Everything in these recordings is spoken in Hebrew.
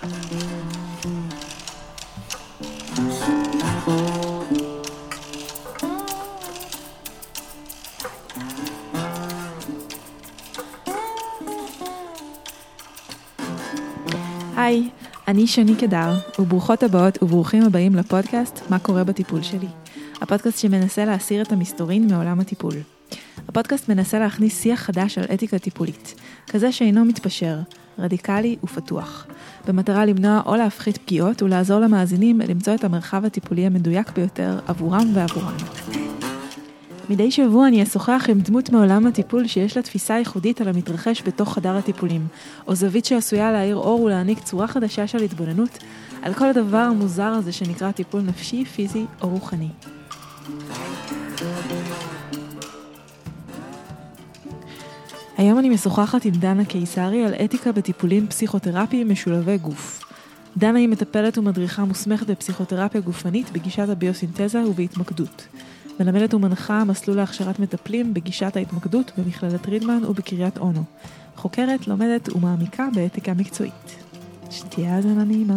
היי, אני שני קדר, וברוכות הבאות וברוכים הבאים לפודקאסט מה קורה בטיפול שלי. הפודקאסט שמנסה להסיר את המסתורין מעולם הטיפול. הפודקאסט מנסה להכניס שיח חדש על אתיקה טיפולית, כזה שאינו מתפשר, רדיקלי ופתוח, במטרה למנוע או להפחית פגיעות ולעזור למאזינים למצוא את המרחב הטיפולי המדויק ביותר עבורם ועבורם. מדי שבוע אני אשוחח עם דמות מעולם הטיפול שיש לה תפיסה ייחודית על המתרחש בתוך חדר הטיפולים, או זווית שעשויה להאיר אור ולהעניק צורה חדשה של התבוננות על כל הדבר המוזר הזה שנקרא טיפול נפשי, פיזי או רוחני. היום אני משוחחת עם דנה קיסרי על אתיקה בטיפולים פסיכותרפיים משולבי גוף. דנה היא מטפלת ומדריכה מוסמכת בפסיכותרפיה גופנית בגישת הביוסינתזה ובהתמקדות. מלמדת ומנחה מסלול להכשרת מטפלים בגישת ההתמקדות במכללת רידמן ובקריית אונו. חוקרת, לומדת ומעמיקה באתיקה מקצועית. שתהיה האזנה נעימה.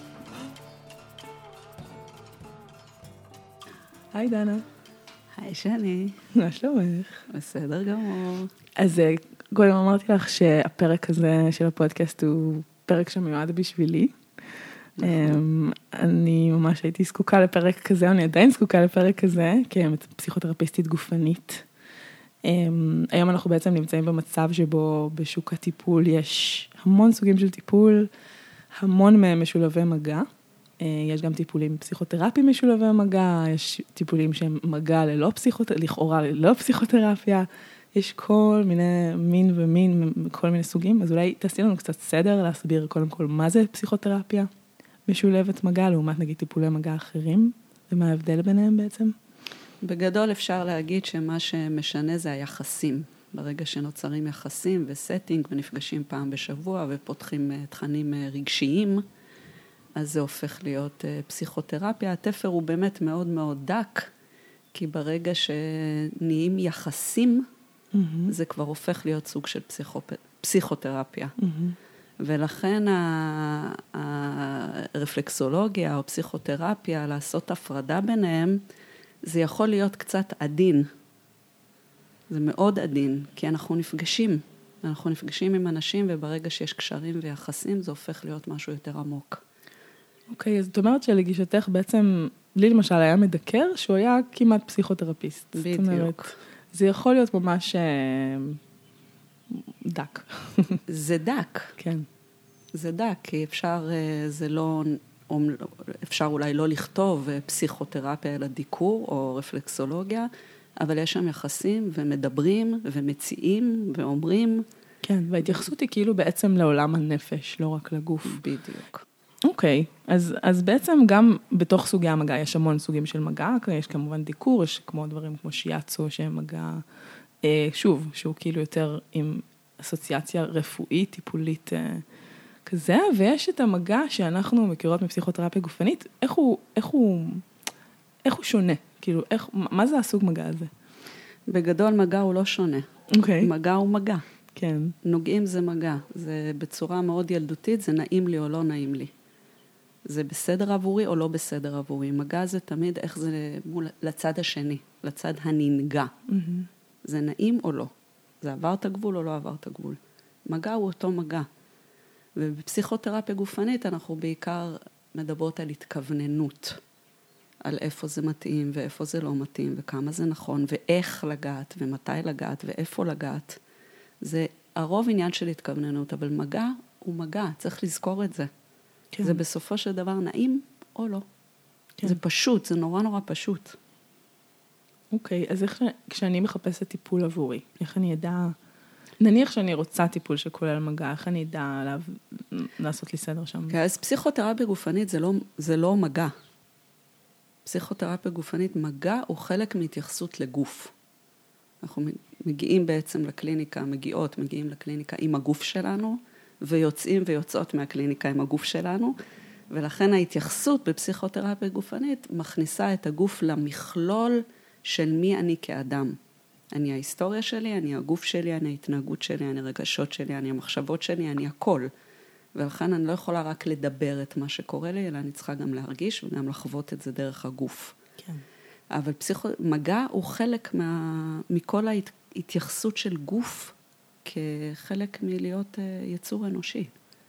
היי דנה. היי שני. מה שלומך? בסדר גמור. אז קודם אמרתי לך שהפרק הזה של הפודקאסט הוא פרק שמיועד בשבילי. אני ממש הייתי זקוקה לפרק כזה, אני עדיין זקוקה לפרק כזה, כפסיכותרפיסטית גופנית. היום אנחנו בעצם נמצאים במצב שבו בשוק הטיפול יש המון סוגים של טיפול, המון מהם משולבי מגע. יש גם טיפולים פסיכותרפיים משולבי מגע, יש טיפולים שהם מגע לכאורה ללא פסיכותרפיה, יש כל מיני מין ומין, כל מיני סוגים, אז אולי תעשי לנו קצת סדר, להסביר קודם כל מה זה פסיכותרפיה משולבת מגע, לעומת נגיד טיפולי מגע אחרים, ומה ההבדל ביניהם בעצם? בגדול אפשר להגיד שמה שמשנה זה היחסים. ברגע שנוצרים יחסים וסטינג ונפגשים פעם בשבוע ופותחים תכנים רגשיים, אז זה הופך להיות פסיכותרפיה. התפר הוא באמת מאוד מאוד דק, כי ברגע שנהיים יחסים, זה כבר הופך להיות סוג של פסיכותרפיה. ולכן הרפלקסולוגיה או פסיכותרפיה, לעשות הפרדה ביניהם, זה יכול להיות קצת עדין. זה מאוד עדין, כי אנחנו נפגשים עם אנשים, וברגע שיש קשרים ויחסים, זה הופך להיות משהו יותר עמוק. אוקיי, אז זאת אומרת שלגישתך בעצם, לי למשל היה מדקר, שהוא היה כמעט פסיכותרפיסט. בדיוק. זאת אומרת, זה יכול להיות ממש דק. זה דק. כן. זה דק, כי אפשר אולי לא לכתוב פסיכותרפיה אלא דיקור או רפלקסולוגיה, אבל יש שם יחסים ומדברים ומציעים ואומרים. כן, וההתייחסות היא כאילו בעצם לעולם הנפש, לא רק לגוף. בדיוק. אוקיי, אז בעצם גם בתוך סוגי המגע יש המון סוגים של מגע, יש כמובן דיקור, יש כמו דברים כמו שיאצו שהם מגע, שוב, שהוא כאילו יותר עם אסוציאציה רפואית, טיפולית כזה, ויש את המגע שאנחנו מכירות מפסיכותרפיה גופנית, איך הוא שונה? כאילו, מה זה הסוג מגע הזה? בגדול מגע הוא לא שונה. אוקיי. מגע הוא מגע. כן. נוגעים זה מגע. זה בצורה מאוד ילדותית, זה נעים לי או לא נעים לי. זה בסדר עבורי או לא בסדר עבורי. מגע זה תמיד איך זה לצד השני, לצד הננגע. זה נעים או לא. זה עבר את הגבול או לא עבר את הגבול. מגע הוא אותו מגע. ובפסיכותרפיה גופנית אנחנו בעיקר מדברות על התכווננות. על איפה זה מתאים ואיפה זה לא מתאים וכמה זה נכון ואיך לגעת ומתי לגעת ואיפה לגעת. זה הרוב עניין של התכווננות, אבל מגע הוא מגע, צריך לזכור את זה. כן. זה בסופו של דבר נעים או לא. כן. זה פשוט, זה נורא נורא פשוט. אוקיי, אז איך כשאני מחפשת טיפול עבורי, איך אני אדע, נניח שאני רוצה טיפול שכולל מגע, איך אני אדע לעשות לי סדר שם? כן, אז פסיכותרפיה גופנית זה לא מגע. פסיכותרפיה גופנית, מגע הוא חלק מהתייחסות לגוף. אנחנו מגיעים בעצם לקליניקה, מגיעים לקליניקה עם הגוף שלנו, ויוצאים ויוצאות מהקליניקה עם הגוף שלנו, ולכן ההתייחסות בפסיכותרפיה גופנית מכניסה את הגוף למכלול של מי אני כאדם. אני ההיסטוריה שלי, אני הגוף שלי, אני ההתנהגות שלי, אני הרגשות שלי, אני המחשבות שלי, אני הכל. ולכן אני לא יכולה רק לדבר את מה שקורה לי, אלא אני צריכה גם להרגיש וגם לחוות את זה דרך הגוף. כן. אבל מגע הוא חלק מכל ההתייחסות של גוף, כחלק מלהיות יצור אנושי.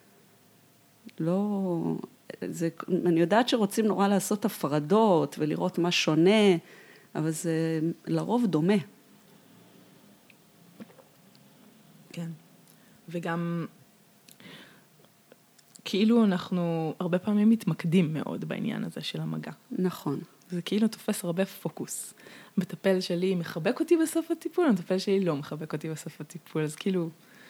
לא, אני יודעת שרוצים נורא לעשות הפרדות ולראות מה שונה, אבל זה לרוב דומה. כן. וגם, כאילו אנחנו הרבה פעמים מתמקדים מאוד בעניין הזה של המגע. נכון. זה כאילו תופס הרבה פוקוס. המטפל שלי מחבק אותי בסוף הטיפול, המטפל שלי לא מחבק אותי בסוף הטיפול, אז כאילו,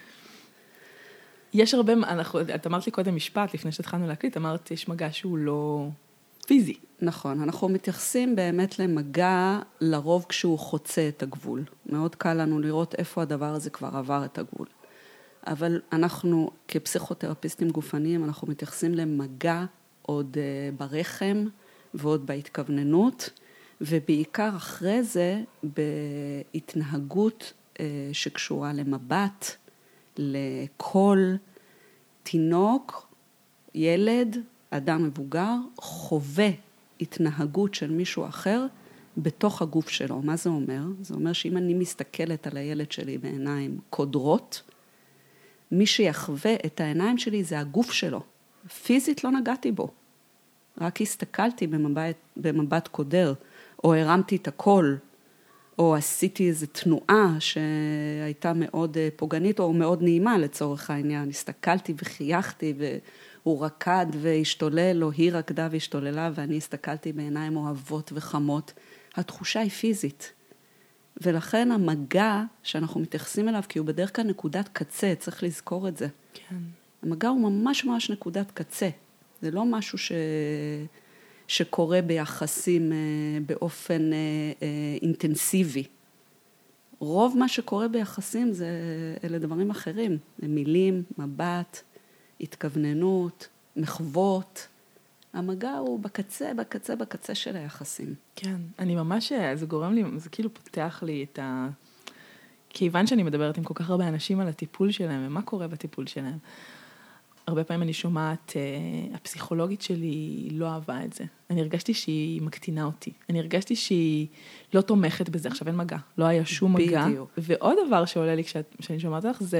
יש הרבה, את אמרת לי קודם משפט, לפני שהתחלנו להקליט, אמרת, יש מגע שהוא לא פיזי. נכון, אנחנו מתייחסים באמת למגע לרוב כשהוא חוצה את הגבול. מאוד קל לנו לראות איפה הדבר הזה כבר עבר את הגבול. אבל אנחנו כפסיכותרפיסטים גופניים, אנחנו מתייחסים למגע עוד ברחם ועוד בהתכווננות, ובעיקר אחרי זה בהתנהגות שקשורה למבט, לכל תינוק, ילד, אדם מבוגר, חווה התנהגות של מישהו אחר בתוך הגוף שלו. מה זה אומר? זה אומר שאם אני מסתכלת על הילד שלי בעיניים קודרות, מי שיחווה את העיניים שלי זה הגוף שלו. פיזית לא נגעתי בו. רק הסתכלתי במבט קודר, או הרמתי את הקול, או עשיתי איזו תנועה שהייתה מאוד פוגענית, או מאוד נעימה לצורך העניין. הסתכלתי וחייכתי, והוא רקד והשתולל, או היא רקדה והשתוללה, ואני הסתכלתי בעיניים אוהבות וחמות. התחושה היא פיזית. ולכן המגע שאנחנו מתייחסים אליו, כי הוא בדרך כלל נקודת קצה, צריך לזכור את זה. כן. המגע הוא ממש ממש נקודת קצה. זה לא משהו שקורה ביחסים באופן אינטנסיבי. רוב מה שקורה ביחסים אלה דברים אחרים. זה מילים, מבט, התכווננות, מחוות. המגע הוא בקצה, בקצה, בקצה של היחסים. כן, אני ממש, זה גורם לי, זה כאילו פותח לי את כיוון שאני מדברת עם כל כך הרבה אנשים על הטיפול שלהם, ומה קורה בטיפול שלהם. הרבה פעמים אני שומעת, הפסיכולוגית שלי לא אהבה את זה. אני הרגשתי שהיא מקטינה אותי. אני הרגשתי שהיא לא תומכת בזה. עכשיו אין מגע. לא היה שום מגע. בדיוק. ועוד דבר שעולה לי כשאני שומעת לך, זה,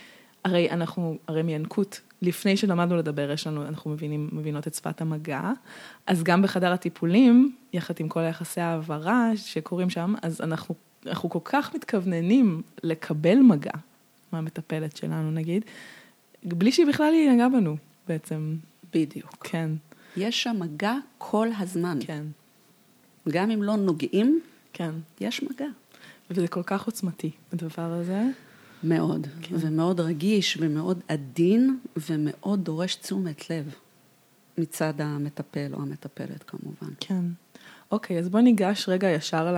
הרי מינקות, לפני שלמדנו לדבר, אנחנו מבינות את שפת המגע, אז גם בחדר הטיפולים, יחד עם כל היחסי העברה שקורים שם, אז אנחנו כל כך מתכווננים לקבל מגע, מהמטפלת שלנו נגיד, בלי שהיא בכלל היא נגעה בנו בעצם. בדיוק. כן. יש שם מגע כל הזמן. כן. גם אם לא נוגעים, כן. יש מגע. וזה כל כך עוצמתי, הדבר הזה. מאוד. כן. ומאוד רגיש ומאוד עדין ומאוד דורש תשומת לב. מצד המטפל או המטפלת כמובן. כן. אוקיי, אז בוא ניגש רגע ישר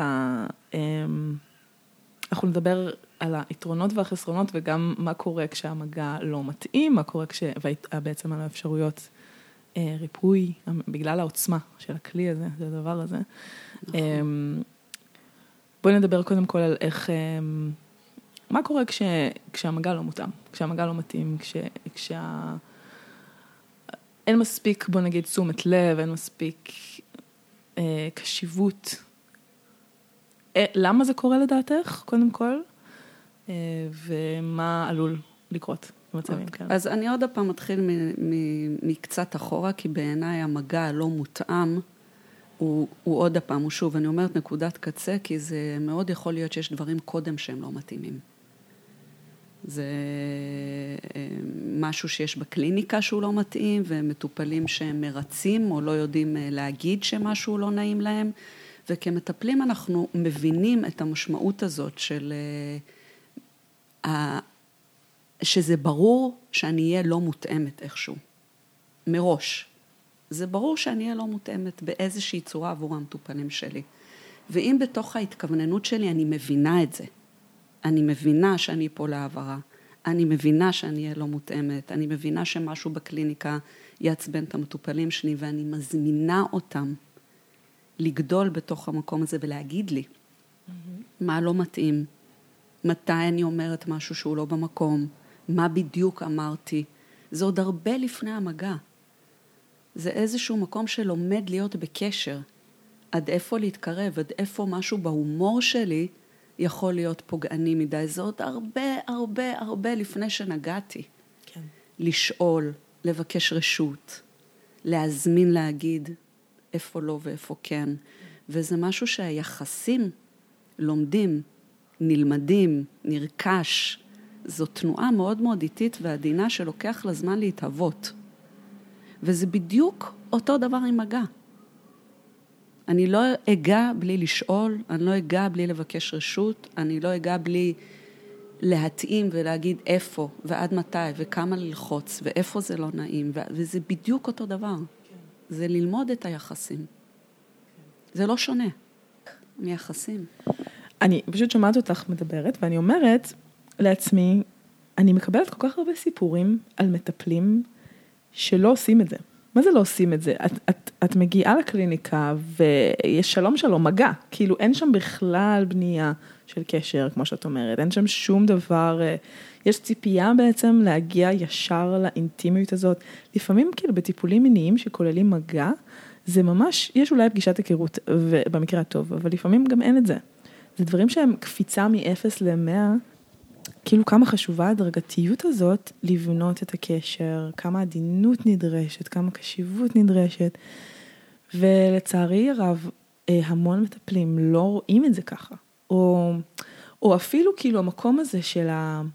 אנחנו נדבר על היתרונות והחסרונות, וגם מה קורה כשהמגע לא מתאים, מה קורה בעצם על האפשרויות ריפוי, בגלל העוצמה של הכלי הזה, זה הדבר הזה. נכון. בואי נדבר קודם כל על איך, מה קורה כשהמגע לא מותאם, כשהמגע לא מתאים, אין מספיק, בוא נגיד, תשומת לב, אין מספיק קשיבות. למה זה קורה לדעתך, קודם כל? ומה עלול לקרות במצבים כאלה? אז אני עוד הפעם מתחיל מקצת אחורה, כי בעיניי המגע לא מותאם, הוא עוד הפעם, הוא שוב, אני אומרת נקודת קצה, כי זה מאוד יכול להיות שיש דברים קודם שהם לא מתאימים. זה משהו שיש בקליניקה שהוא לא מתאים, ומטופלים שהם מרצים או לא יודעים להגיד שמשהו לא נעים להם, וכמטפלים אנחנו מבינים את המשמעות הזאת של שזה ברור שאני אהיה לא מותאמת איכשהו, מראש. זה ברור שאני אהיה לא מותאמת באיזושהי צורה עבור המטופלים שלי. ואם בתוך ההתכווננות שלי אני מבינה את זה, אני מבינה שאני פה לעברה, אני מבינה שאני אהיה לא מותאמת, אני מבינה שמשהו בקליניקה יעצבן את המטופלים שלי, ואני מזמינה אותם לגדול בתוך המקום הזה ולהגיד לי מה לא מתאים, מתי אני אומרת משהו שהוא לא במקום, מה בדיוק אמרתי. זה עוד הרבה לפני המגע. זה איזשהו מקום שלומד להיות בקשר. עד איפה להתקרב, עד איפה משהו בהומור שלי יכול להיות פוגעני מדי. זה עוד הרבה, הרבה, הרבה לפני שנגעתי. כן. לשאול, לבקש רשות, להזמין להגיד איפה לא ואיפה כן. וזה משהו שהיחסים לומדים, נלמדים, נרכש. זו תנועה מאוד מאוד איטית ועדינה שלוקח לזמן להתהוות. וזה בדיוק אותו דבר עם מגע. אני לא אגע בלי לשאול, אני לא אגע בלי לבקש רשות, אני לא אגע בלי להתאים ולהגיד איפה ועד מתי וכמה ללחוץ ואיפה זה לא נעים. וזה בדיוק אותו דבר. כן. זה ללמוד את היחסים. כן. זה לא שונה מיחסים. אני פשוט שומעת אותך מדברת, ואני אומרת לעצמי, אני מקבלת כל כך הרבה סיפורים על מטפלים שלא עושים את זה. מה זה לא עושים את זה? את מגיעה לקליניקה ויש שלום מגע, כאילו אין שם בכלל בנייה של קשר, כמו שאת אומרת, אין שם שום דבר, יש ציפייה בעצם להגיע ישר לאינטימיות הזאת, לפעמים כאילו בטיפולים מיניים שכוללים מגע, זה ממש, יש אולי פגישת היכרות במקרה הטוב, אבל לפעמים גם אין את זה. זה דברים שהם קפיצה מ-0 ל-100, כאילו כמה חשובה הדרגתיות הזאת לבנות את הקשר, כמה עדינות נדרשת, כמה קשיבות נדרשת, ולצערי הרב, המון מטפלים לא רואים את זה ככה, או אפילו כאילו המקום הזה של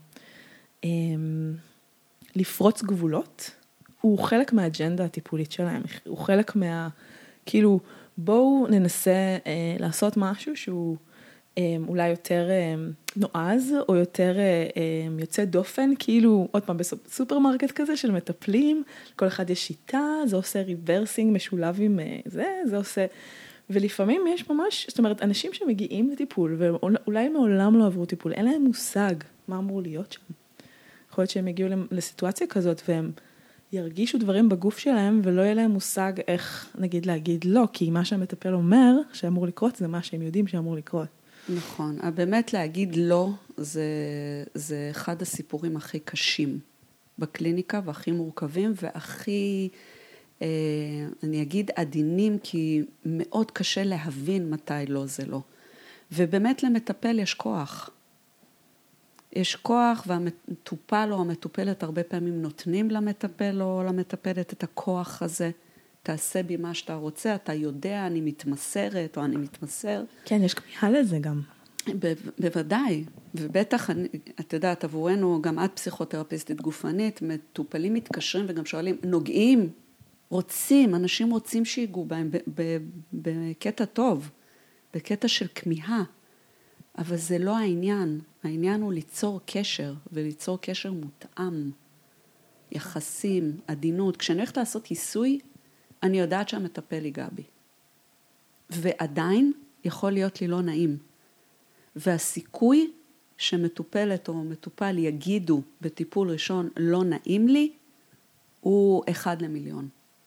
לפרוץ גבולות, הוא חלק מהאג'נדה הטיפולית שלהם, הוא חלק כאילו בואו ננסה לעשות משהו שהוא אולי יותר נועז, או יותר יוצא דופן, כאילו עוד פעם בסופרמרקט כזה של מטפלים, כל אחד יש שיטה, זה עושה ריברסינג משולב עם זה עושה, ולפעמים יש ממש, זאת אומרת, אנשים שמגיעים לטיפול, ואולי מעולם לא עברו טיפול, אין להם מושג מה אמור להיות שם. יכול להיות שהם הגיעו לסיטואציה כזאת, והם ירגישו דברים בגוף שלהם, ולא יהיה להם מושג איך, נגיד, להגיד לא, כי מה שהמטפל אומר שאמור לקרות, זה מה שהם יודעים שאמור לקרות. נכון, באמת להגיד לא, זה אחד הסיפורים הכי קשים בקליניקה, והכי מורכבים, והכי, אני אגיד, עדינים, כי מאוד קשה להבין מתי לא זה לא. ובאמת למטפל יש כוח. יש כוח, והמטופל או המטופלת הרבה פעמים נותנים למטפל או למטפלת את הכוח הזה. תעשה בי מה שאתה רוצה, אתה יודע, אני מתמסרת או אני מתמסר. כן, יש כמיהה לזה גם. בוודאי, ובטח, את יודעת, עבורנו, גם את פסיכותרפיסטית גופנית, מטופלים מתקשרים וגם שואלים, נוגעים, רוצים, אנשים רוצים שיגעו בהם בקטע טוב, בקטע של כמיהה, אבל זה לא העניין. העניין הוא ליצור קשר, וליצור קשר מותאם, יחסים, עדינות. כשאני הולכת לעשות עיסוי, אני יודעת שהמטפל ייגע בי. ועדיין יכול להיות לי לא נעים. והסיכוי שמטופלת או מטופל יגידו בטיפול ראשון לא נעים לי, הוא 1 למיליון.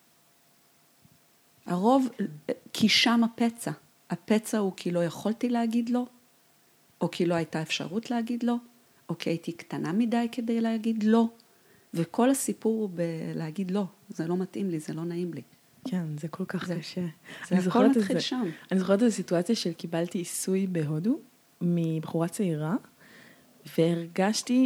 הרוב, כי שם הפצע. הפצע הוא כי לא יכולתי להגיד לו, או כי לא הייתה אפשרות להגיד לו, או כי הייתי קטנה מדי כדי להגיד לא. וכל הסיפור הוא בלהגיד לא. זה לא מתאים לי, זה לא נעים לי. כן, זה כל כך קשה. זה הכל מתחיל שם. אני זוכרת את הסיטואציה של קיבלתי עיסוי בהודו, מבחורה צעירה, והרגשתי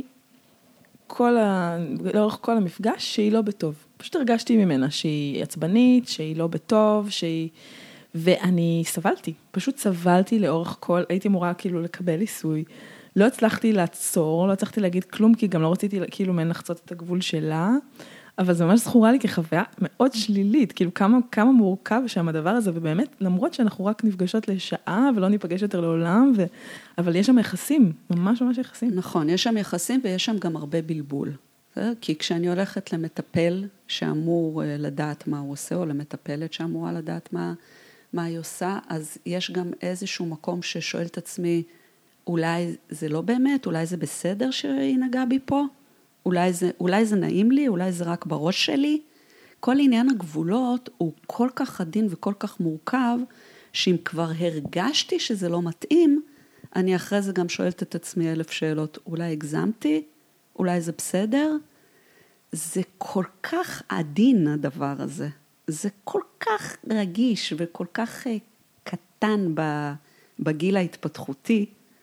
לאורך כל המפגש שהיא לא בטוב. פשוט הרגשתי ממנה שהיא עצבנית, שהיא לא בטוב, ואני סבלתי. פשוט סבלתי לאורך הייתי אמורה כאילו לקבל עיסוי. לא הצלחתי לעצור, לא הצלחתי להגיד כלום, כי גם לא רציתי כאילו לחצות את הגבול שלה, אבל זה ממש זכורה לי כחוויה מאוד שלילית, כאילו כמה מורכב שם הדבר הזה, ובאמת, למרות שאנחנו רק נפגשות לשעה, ולא ניפגש יותר לעולם, אבל יש שם יחסים, ממש ממש יחסים. נכון, יש שם יחסים, ויש שם גם הרבה בלבול. כי כשאני הולכת למטפל שאמור לדעת מה הוא עושה, או למטפלת שאמורה לדעת מה היא עושה, אז יש גם איזשהו מקום ששואל את עצמי, אולי זה לא באמת, אולי זה בסדר שהיא נגעה בי פה? אולי זה נעים לי, אולי זה רק בראש שלי. כל עניין הגבולות הוא כל כך עדין וכל כך מורכב, שאם כבר הרגשתי שזה לא מתאים, אני אחרי זה גם שואלת את עצמי 1000 שאלות, אולי הגזמתי? אולי זה בסדר? זה כל כך עדין הדבר הזה. זה כל כך רגיש וכל כך קטן בגיל ההתפתחותי,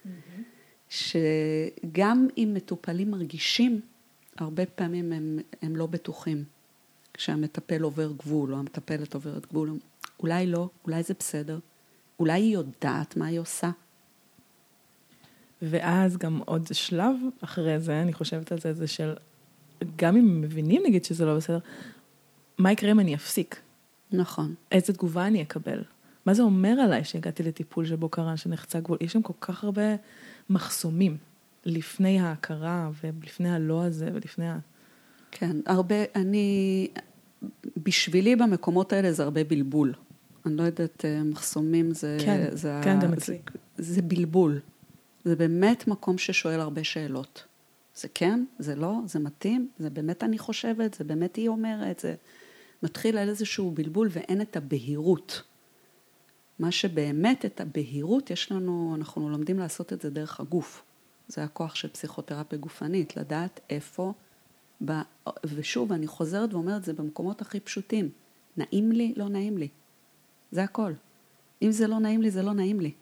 שגם אם מטופלים מרגישים, הרבה פעמים הם לא בטוחים. כשהמטפל עובר גבול, או המטפלת עוברת גבול, אולי לא, אולי זה בסדר, אולי היא יודעת מה היא עושה. ואז גם עוד שלב אחרי זה, אני חושבת על זה, זה של, גם אם מבינים נגיד שזה לא בסדר, מה יקרה אם אני אפסיק? נכון. איזה תגובה אני אקבל? מה זה אומר עליי שהגעתי לטיפול שבו קרה, שנחצה גבול? יש שם כל כך הרבה מחסומים, לפני ההכרה, ולפני הלא הזה, ולפני כן, בשבילי במקומות האלה זה הרבה בלבול. אני לא יודעת, מחסומים זה... כן, גם אצלי. זה בלבול. זה באמת מקום ששואל הרבה שאלות. זה כן, זה לא, זה מתאים, זה באמת אני חושבת, זה באמת היא אומרת, זה מתחיל על איזשהו בלבול ואין את הבהירות. מה שבאמת את הבהירות יש לנו, אנחנו לומדים לעשות את זה דרך הגוף. זה הכוח של פסיכותרפיה גופנית, לדעת איפה, ושוב אני חוזרת ואומרת זה במקומות הכי פשוטים. נעים לי, לא נעים לי. זה הכל. אם זה לא נעים לי, זה לא נעים לי.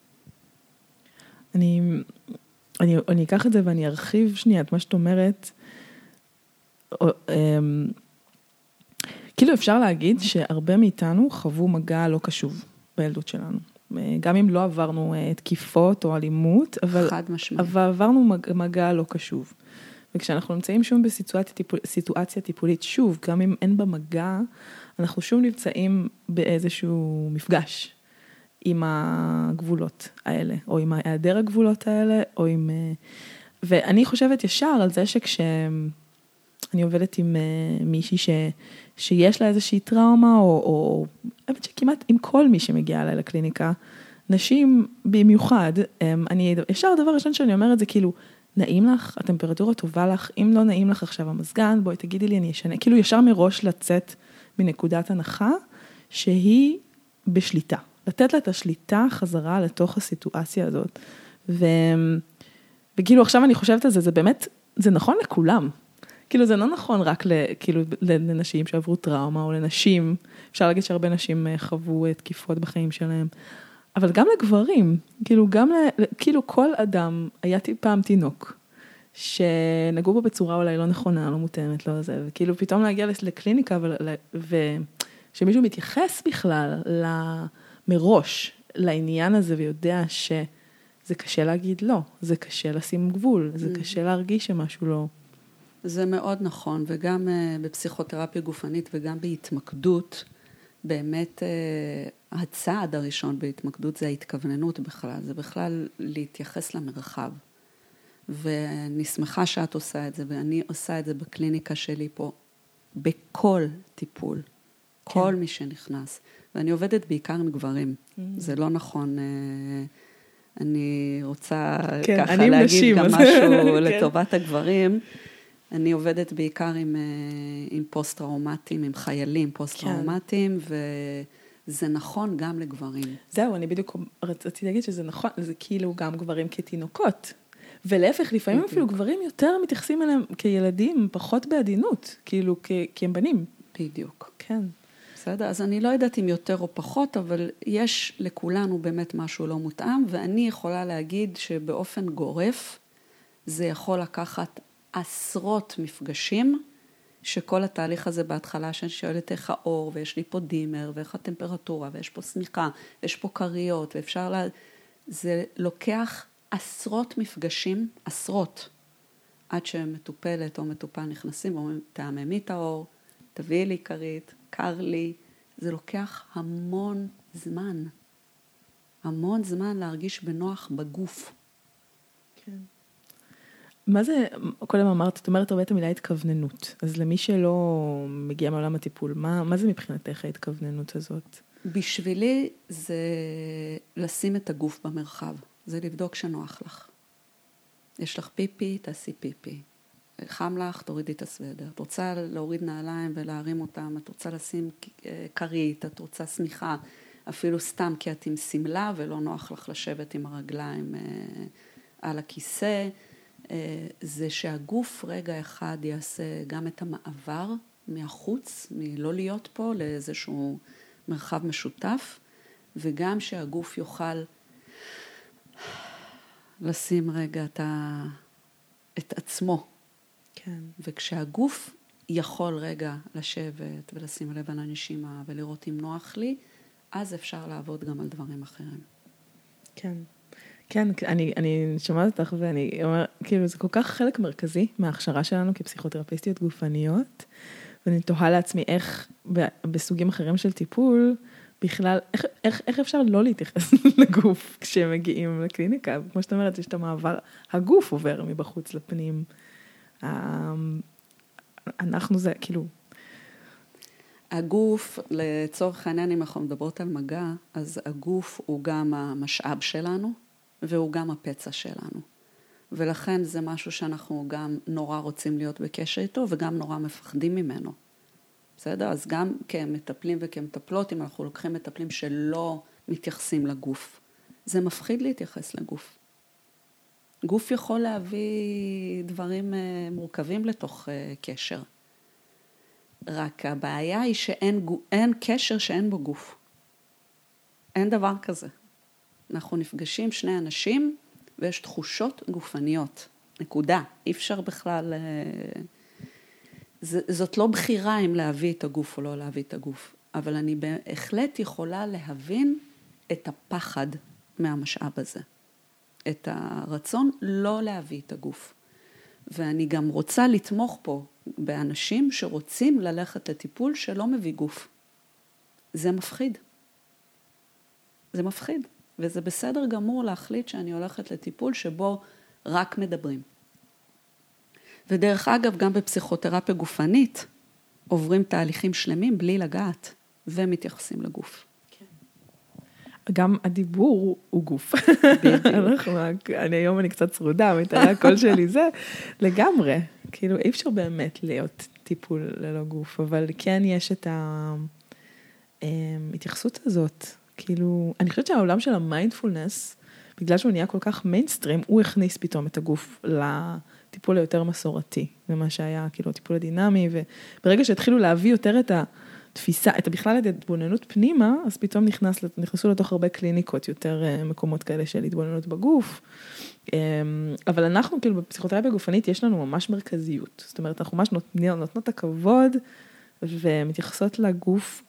אני אקח את זה ואני ארחיב שנייה את מה שאת אומרת. כאילו אפשר להגיד שהרבה מאיתנו חוו מגע לא קשוב בילדות שלנו. גם אם לא עברנו תקיפות או אלימות, אבל עברנו מגע לא קשוב. וכשאנחנו נמצאים שוב בסיטואציה טיפולית, שוב, גם אם אין בה מגע, אנחנו שוב נמצאים באיזשהו מפגש עם הגבולות האלה, או עם היעדר הגבולות האלה, או עם... ואני חושבת ישר על זה שכשאני עובדת עם מישהי שיש לה איזושהי טראומה, או האמת שכמעט עם כל מי שמגיע אליי לקליניקה, נשים במיוחד, אני ישר הדבר ראשון שאני אומרת זה כאילו, נעים לך, הטמפרטורה טובה לך, אם לא נעים לך עכשיו המזגן, בואי תגידי לי אני אשנה, כאילו ישר מראש לצאת מנקודת הנחה, שהיא בשליטה. לתת לה את השליטה חזרה לתוך הסיטואציה הזאת. וכאילו עכשיו אני חושבת על זה, זה באמת, זה נכון לכולם. כאילו זה לא נכון רק כאילו, לנשים שעברו טראומה, או לנשים, אפשר להגיד שהרבה נשים חוו תקיפות בחיים שלהם, אבל גם לגברים, כאילו כל אדם היה פעם תינוק, שנגעו בו בצורה אולי לא נכונה, לא מותאמת, לא זה, וכאילו פתאום להגיע לקליניקה, ושמישהו מתייחס בכלל מראש לעניין הזה, ויודע שזה קשה להגיד לא, זה קשה לשים גבול, זה קשה להרגיש שמשהו לא. זה מאוד נכון, וגם בפסיכותרפיה גופנית וגם בהתמקדות, באמת הצעד הראשון בהתמקדות זה ההתכווננות בכלל, זה בכלל להתייחס למרחב. ואני שמחה שאת עושה את זה, ואני עושה את זה בקליניקה שלי פה, בכל טיפול, כל מי שנכנס. ואני עובדת בעיקר עם גברים, זה לא נכון, אני רוצה ככה להגיד גם משהו לטובת הגברים, אני עובדת בעיקר עם פוסט-טראומטיים, עם חיילים פוסט-טראומטיים, וזה נכון גם לגברים. זהו, אני בדיוק רציתי להגיד שזה נכון, זה כאילו גם גברים כתינוקות, ולהפך, לפעמים אפילו גברים יותר מתייחסים אליהם כילדים, פחות בעדינות, כאילו כי הם בנים. בדיוק. כן. בסדר? אז אני לא יודעת אם יותר או פחות, אבל יש לכולנו באמת משהו לא מותאם, ואני יכולה להגיד שבאופן גורף, זה יכול לקחת עשרות מפגשים, שכל התהליך הזה בהתחלה, שאני שואלת איך האור, ויש לי פה דימר, ואיך הטמפרטורה, ויש פה סמיכה, ויש פה קריות, ואפשר זה לוקח עשרות מפגשים, עשרות, עד שמטופלת או מטופל נכנסים, ואומרים, תעממי את האור, תביאי לי קרית, קר לי, זה לוקח המון זמן. המון זמן להרגיש בנוח בגוף. כן. מה זה, קודם אמרת, את אומרת הרבה את המילה התכווננות, אז למי שלא מגיע מעולם הטיפול, מה זה מבחינתך ההתכווננות הזאת? בשבילי זה לשים את הגוף במרחב, זה לבדוק שנוח לך. יש לך פיפי, תעשי פיפי. חם לך, תורידי את הסוודר. את רוצה להוריד נעליים ולהרים אותם, את רוצה לשים קרית, את רוצה סמיכה, אפילו סתם כי את עם סמלה ולא נוח לך לשבת עם הרגליים על הכיסא. זה שהגוף רגע אחד יעשה גם את המעבר מהחוץ, מלא להיות פה לאיזשהו מרחב משותף, וגם שהגוף יוכל לשים רגע את עצמו. כן. וכשהגוף יכול רגע לשבת ולשים לב על הנשימה ולראות אם נוח לי, אז אפשר לעבוד גם על דברים אחרים. כן. כן, אני שומעת אותך ואני אומר, כאילו זה כל כך חלק מרכזי מההכשרה שלנו כפסיכותרפיסטיות גופניות, ואני תוהה לעצמי איך בסוגים אחרים של טיפול, בכלל, איך אפשר לא להתייחס לגוף כשהם מגיעים לקליניקה? כמו שאת אומרת, יש את המעבר, הגוף עובר מבחוץ לפנים. אנחנו זה, כאילו... הגוף, לצורך העניין, אם אנחנו מדברות על מגע, אז הגוף הוא גם המשאב שלנו, והוא גם הפצע שלנו. ולכן זה משהו שאנחנו גם נורא רוצים להיות בקשר איתו, וגם נורא מפחדים ממנו. בסדר? אז גם כמטפלים וכמטפלות, אם אנחנו לוקחים מטפלים שלא מתייחסים לגוף, זה מפחיד להתייחס לגוף. גוף יכול להביא דברים מורכבים לתוך קשר. רק הבעיה היא שאין קשר שאין בו גוף. אין דבר כזה. אנחנו נפגשים שני אנשים ויש תחושות גופניות. נקודה. אי אפשר בכלל... זאת לא בחירה אם להביא את הגוף או לא להביא את הגוף. אבל אני בהחלט יכולה להבין את הפחד מהמשאב הזה. את הרצון לא להביא את הגוף. ואני גם רוצה לתמוך פה באנשים שרוצים ללכת לטיפול שלא מביא גוף. זה מפחיד. זה מפחיד. וזה בסדר גמור להחליט שאני הולכת לטיפול שבו רק מדברים. ודרך אגב, גם בפסיכותרפיה גופנית, עוברים תהליכים שלמים בלי לגעת, ומתייחסים לגוף. גם הדיבור הוא גוף. היום אני קצת צרודה, מתארי הקול שלי זה, לגמרי. כאילו, אי אפשר באמת להיות טיפול ללא גוף, אבל כן יש את ההתייחסות הזאת. כאילו, אני חושבת שהעולם של המיינדפולנס, בגלל שהוא נהיה כל כך מיינסטרים, הוא הכניס פתאום את הגוף לטיפול היותר מסורתי, ומה שהיה כאילו הטיפול הדינמי, וברגע שהתחילו להביא יותר את התפיסה, בכלל את התבוננות פנימה, אז פתאום נכנסו לתוך הרבה קליניקות, יותר מקומות כאלה של התבוננות בגוף, אבל אנחנו כאילו בפסיכותרפיה גופנית יש לנו ממש מרכזיות, זאת אומרת אנחנו ממש נותנות הכבוד, ומתייחסות לגוף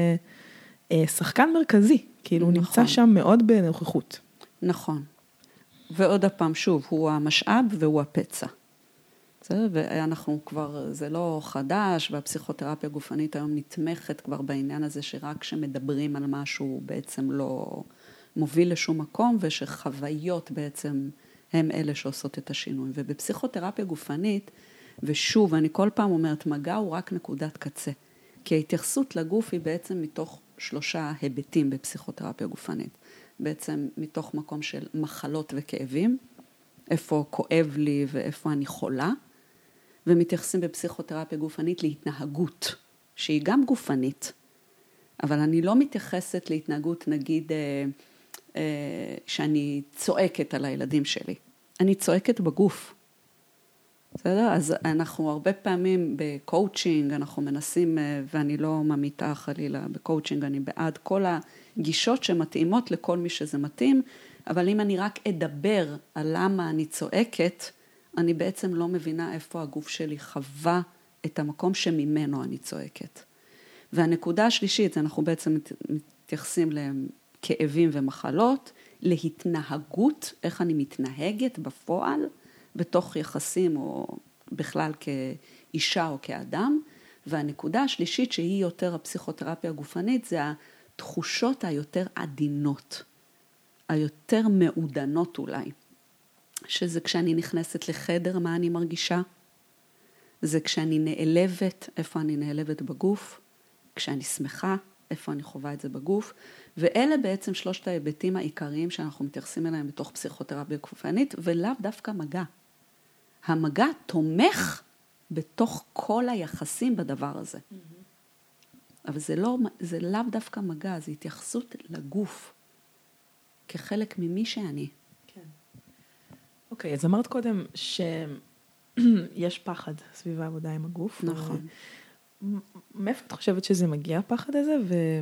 כשחקן מרכזי, כאילו הוא נמצא שם מאוד בנוכחות. נכון. ועוד הפעם, שוב, הוא המשאב והוא הפצע. בסדר? ואנחנו כבר, זה לא חדש, והפסיכותרפיה הגופנית היום נתמכת כבר בעניין הזה, שרק כשמדברים על משהו בעצם לא מוביל לשום מקום, ושחוויות בעצם הם אלה שעושות את השינוי. ובפסיכותרפיה גופנית, ושוב, אני כל פעם אומרת, מגע הוא רק נקודת קצה. כי ההתייחסות לגוף היא בעצם מתוך 3 היבטים בפסיכותרפיה גופנית. בעצם מתוך מקום של מחלות וכאבים, איפה כואב לי ואיפה אני חולה, ומתייחסים בפסיכותרפיה גופנית להתנהגות, שהיא גם גופנית, אבל אני לא מתייחסת להתנהגות, נגיד, שאני צועקת על הילדים שלי. אני צועקת בגוף. בסדר? אז אנחנו הרבה פעמים בקואוצ'ינג, אנחנו מנסים, ואני לא ממיתה חלילה בקואוצ'ינג, אני בעד כל הגישות שמתאימות לכל מי שזה מתאים, אבל אם אני רק אדבר על למה אני צועקת, אני בעצם לא מבינה איפה הגוף שלי חווה את המקום שממנו אני צועקת. והנקודה השלישית, אנחנו בעצם מתייחסים לכאבים ומחלות, להתנהגות, איך אני מתנהגת בפועל, בתוך יחסים או בכלל כאישה או כאדם, והנקודה השלישית שהיא יותר הפסיכותרפיה הגופנית, זה התחושות היותר עדינות, היותר מעודנות אולי, שזה כשאני נכנסת לחדר, מה אני מרגישה? זה כשאני נעלבת, איפה אני נעלבת בגוף, כשאני שמחה, איפה אני חווה את זה בגוף, ואלה בעצם 3 ההיבטים העיקריים שאנחנו מתייחסים אליהם בתוך פסיכותרפיה גופנית, ולאו דווקא מגע. המגע תומך בתוך כל היחסים בדבר הזה. אבל זה לאו דווקא מגע, זה התייחסות לגוף, כחלק ממי שאני. אוקיי, אז אמרת קודם שיש פחד סביב העבודה עם הגוף. נכון. מאיפה את חושבת שזה מגיע, הפחד הזה,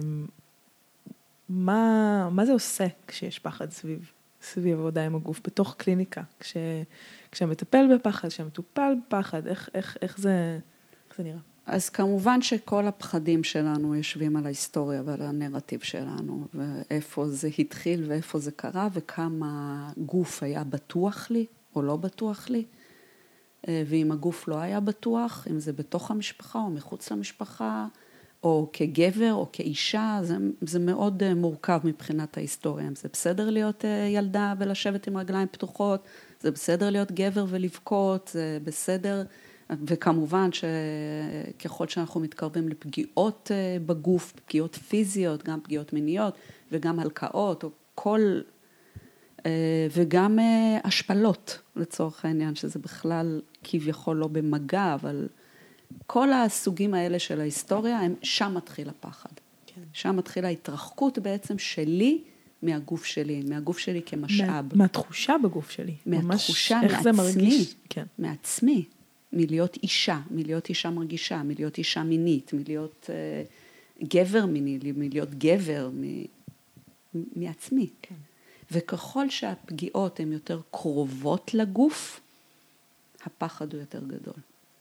ומה זה עושה כשיש פחד סביב עבודה עם הגוף, בתוך קליניקה, כשמטפל בפחד, כשמטופל בפחד, איך זה נראה? אז כמובן שכל הפחדים שלנו יושבים על ההיסטוריה ועל הנרטיב שלנו, ואיפה זה התחיל ואיפה זה קרה, וכמה גוף היה בטוח לי או לא בטוח לי, ואם הגוף לא היה בטוח, אם זה בתוך המשפחה או מחוץ למשפחה, או כגבר או כאישה, זה מאוד מורכב מבחינת ההיסטוריה. זה בסדר להיות ילדה ולשבת עם רגליים פתוחות, זה בסדר להיות גבר ולבכות, זה בסדר, וכמובן שככל שאנחנו מתקרבים לפגיעות בגוף, פגיעות פיזיות, גם פגיעות מיניות, וגם הלקאות, או כל, וגם השפלות לצורך העניין, שזה בכלל כביכול לא במגע, אבל כל הסוגים האלה של ההיסטוריה, שם מתחיל הפחד. כן. שם מתחיל ההתרחקות בעצם שלי מהגוף שלי, מהגוף שלי כמשאב. מהתחושה בגוף שלי. מהתחושה איך זה מרגיש? כן. מעצמי, מלהיות אישה מרגישה, מלהיות אישה מינית, מלהיות גבר מיני, מלהיות גבר מעצמי. כן. וככל שהפגיעות הן יותר קרובות לגוף, הפחד הוא יותר גדול.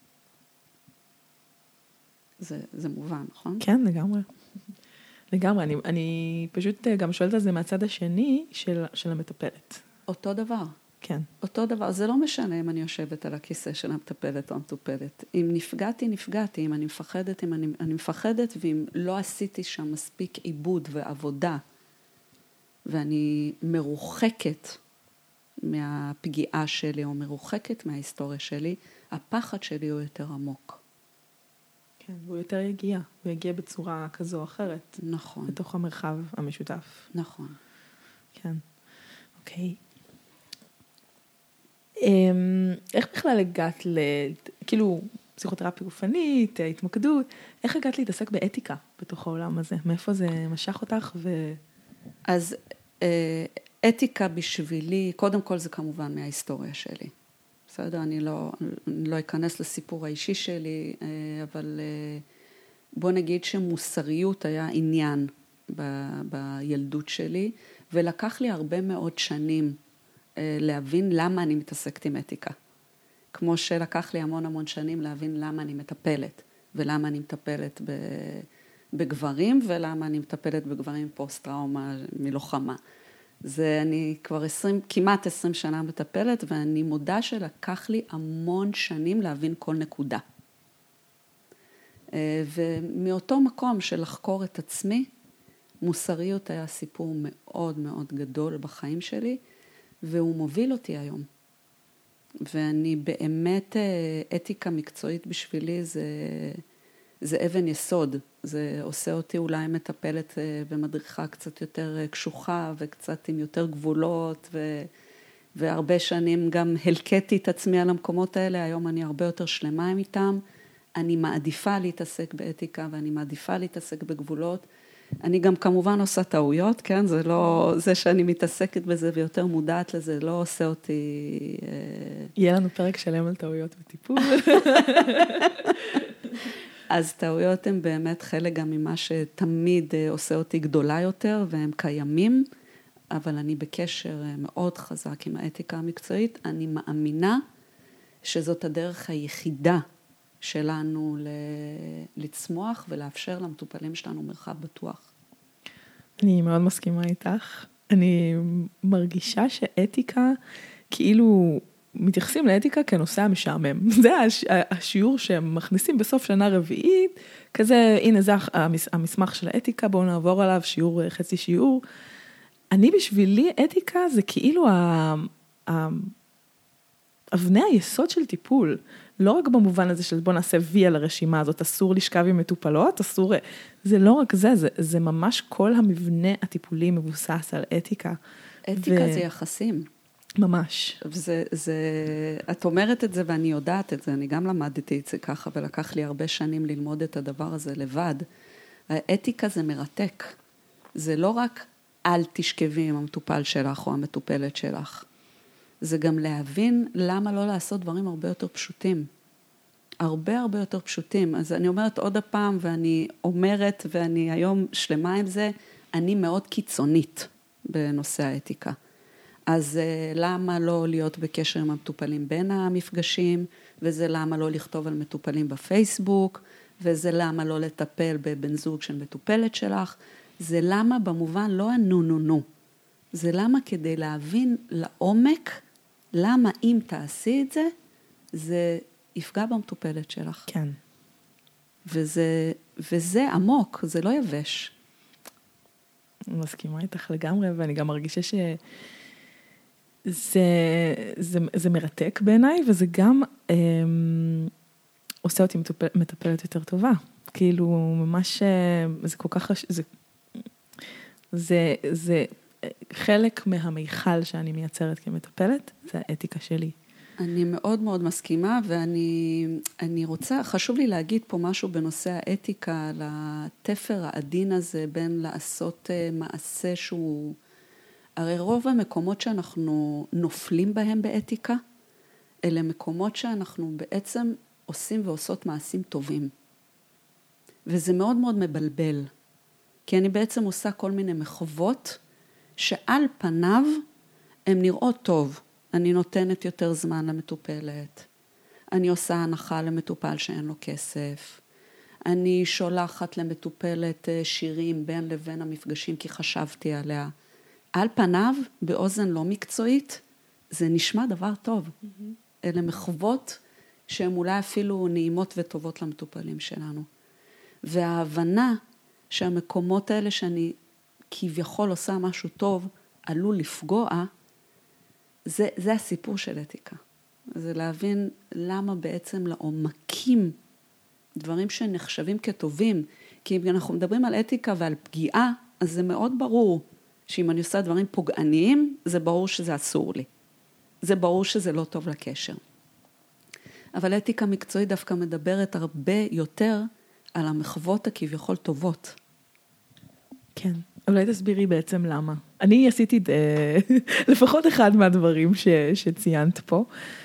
זה מובן, נכון? כן, לגמרי. לגמרי. אני פשוט גם שואלת על זה מהצד השני של המטפלת. אותו דבר. כן. אותו דבר. זה לא משנה אם אני יושבת על הכיסא של המטפלת או המטופלת. אם נפגעתי, אם אני מפחדת, אני מפחדת, ואם לא עשיתי שם מספיק עיבוד ועבודה, ואני מרוחקת מהפגיעה שלי, או מרוחקת מההיסטוריה שלי, הפחד שלי הוא יותר עמוק. כן, הוא יותר יגיע, הוא יגיע בצורה כזו או אחרת. נכון. בתוך המרחב המשותף. נכון. כן. אוקיי. איך בכלל הגעת כאילו, פסיכותרפיה גופנית, התמקדות, איך הגעת להתעסק באתיקה בתוך העולם הזה? מאיפה זה משך אותך אז אתיקה בשבילי, קודם כל זה כמובן מההיסטוריה שלי. בסדר, אני לא אכנס לסיפור האישי שלי, אבל בוא נגיד שמוסריות היה עניין בילדות שלי, ולקח לי הרבה מאוד שנים להבין למה אני מתעסקת עם אתיקה. כמו שלקח לי המון שנים להבין למה אני מטפלת, ולמה אני מטפלת בגברים, ולמה אני מטפלת בגברים פוסט-טראומה מלוחמה. זה אני כבר כמעט 20 שנה מטפלת, ואני מודה שלקח לי המון שנים להבין כל נקודה. ומאותו מקום של לחקור את עצמי, מוסריות היה סיפור מאוד מאוד גדול בחיים שלי, והוא מוביל אותי היום. ואני באמת, אתיקה מקצועית בשבילי זה אבן יסוד. זה עושה אותי אולי מטפלת ומדריכה קצת יותר קשוחה וקצת עם יותר גבולות, והרבה שנים גם הלקטתי את עצמי על המקומות האלה. היום אני הרבה יותר שלמה איתם. אני מעדיפה להתעסק באתיקה ואני מעדיפה להתעסק בגבולות. אני גם כמובן עושה טעויות, כן? זה לא, זה שאני מתעסקת בזה ויותר מודעת לזה, לא עושה אותי... יהיה לנו פרק שלם על טעויות וטיפול. אז טעויות הן באמת חלק גם ממה שתמיד עושה אותי גדולה יותר, והם קיימים, אבל אני בקשר מאוד חזק עם האתיקה המקצועית. אני מאמינה שזאת הדרך היחידה שלנו לצמוח ולאפשר למטופלים שלנו מרחב בטוח. אני מאוד מסכימה איתך. אני מרגישה שאתיקה, כאילו מתייחסים לאתיקה כנושא המשעמם. זה השיעור שהם מכניסים בסוף שנה רביעית, כזה, הנה זה המסמך של האתיקה, בואו נעבור עליו שיעור, חצי שיעור. אני בשבילי, אתיקה זה כאילו אבני היסוד של טיפול. לא רק במובן הזה של בוא נעשה וי על הרשימה הזאת, אסור לשכב עם מטופלות, אסור, זה לא רק זה ממש כל המבנה הטיפולי מבוסס על אתיקה. אתיקה זה יחסים. ממש. את אומרת את זה ואני יודעת את זה, אני גם למדתי את זה ככה, ולקח לי הרבה שנים ללמוד את הדבר הזה לבד. האתיקה זה מרתק. זה לא רק אל תשכבי עם המטופל שלך או המטופלת שלך. זה גם להבין למה לא לעשות דברים הרבה יותר פשוטים. הרבה הרבה יותר פשוטים. אז אני אומרת עוד הפעם, ואני אומרת, ואני היום שלמה עם זה, אני מאוד קיצונית בנושא האתיקה. אז למה לא להיות בקשר עם המטופלים בין המפגשים, וזה למה לא לכתוב על מטופלים בפייסבוק, וזה למה לא לטפל בבן זוג של מטופלת שלך, זה למה במובן לא נו. זה למה כדי להבין לעומק, למה אם תעשי את זה, זה יפגע במטופלת שלך. כן. וזה עמוק, זה לא יבש. אני מסכימה איתך לגמרי, ואני גם מרגישה זה מרתק בעיניי, וזה גם עושה אותי מטפלת יותר טובה. כאילו, ממש, זה כל כך, זה חלק מהמיכל שאני מייצרת כמטפלת, זה האתיקה שלי. אני מאוד מאוד מסכימה, ואני רוצה, חשוב לי להגיד פה משהו בנושא האתיקה, על התפר העדין הזה בין לעשות מעשה שהוא, הרי רוב המקומות שאנחנו נופלים בהם באתיקה, אלה מקומות שאנחנו בעצם עושים ועושות מעשים טובים. וזה מאוד מאוד מבלבל, כי אני בעצם עושה כל מיני מחוות, שעל פניו הן נראות טוב. אני נותנת יותר זמן למטופלת, אני עושה הנחה למטופל שאין לו כסף, אני שולחת למטופלת שירים בין לבין המפגשים כי חשבתי עליה. על פניו, באוזן לא מקצועית, זה נשמע דבר טוב. אלה מחוות שהן אולי אפילו נעימות וטובות למטופלים שלנו. וההבנה שהמקומות האלה שאני כביכול עושה משהו טוב, עלול לפגוע, זה הסיפור של אתיקה. זה להבין למה בעצם לעומקים דברים שנחשבים כטובים. כי אם אנחנו מדברים על אתיקה ועל פגיעה, אז זה מאוד ברור שאם אני עושה דברים פוגעניים, זה ברור שזה אסור לי. זה ברור שזה לא טוב לקשר. אבל אתיקה מקצועית דווקא מדברת הרבה יותר על המחוות הכביכול טובות. כן. אולי תסבירי בעצם למה. אני עשיתי לפחות אחד מהדברים שציינת פה.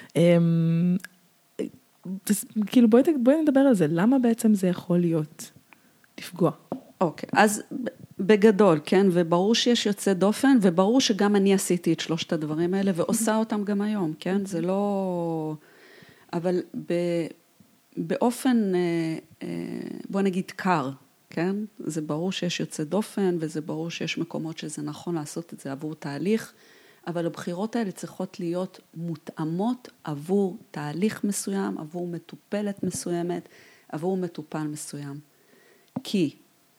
כאילו בואי נדבר על זה. למה בעצם זה יכול להיות לפגוע? אוקיי, אז בגדול, כן, וברור שיש יוצא דופן, וברור שגם אני עשיתי את שלושת הדברים האלה, ועושה אותם גם היום, כן? זה לא... אבל באופן, בוא נגיד קר, כן? זה ברור שיש יוצא דופן, וזה ברור שיש מקומות שזה נכון לעשות את זה עבור תהליך, אבל הבחירות האלה צריכות להיות מותאמות עבור תהליך מסוים, עבור מטופלת מסוימת, עבור מטופל מסוים. כי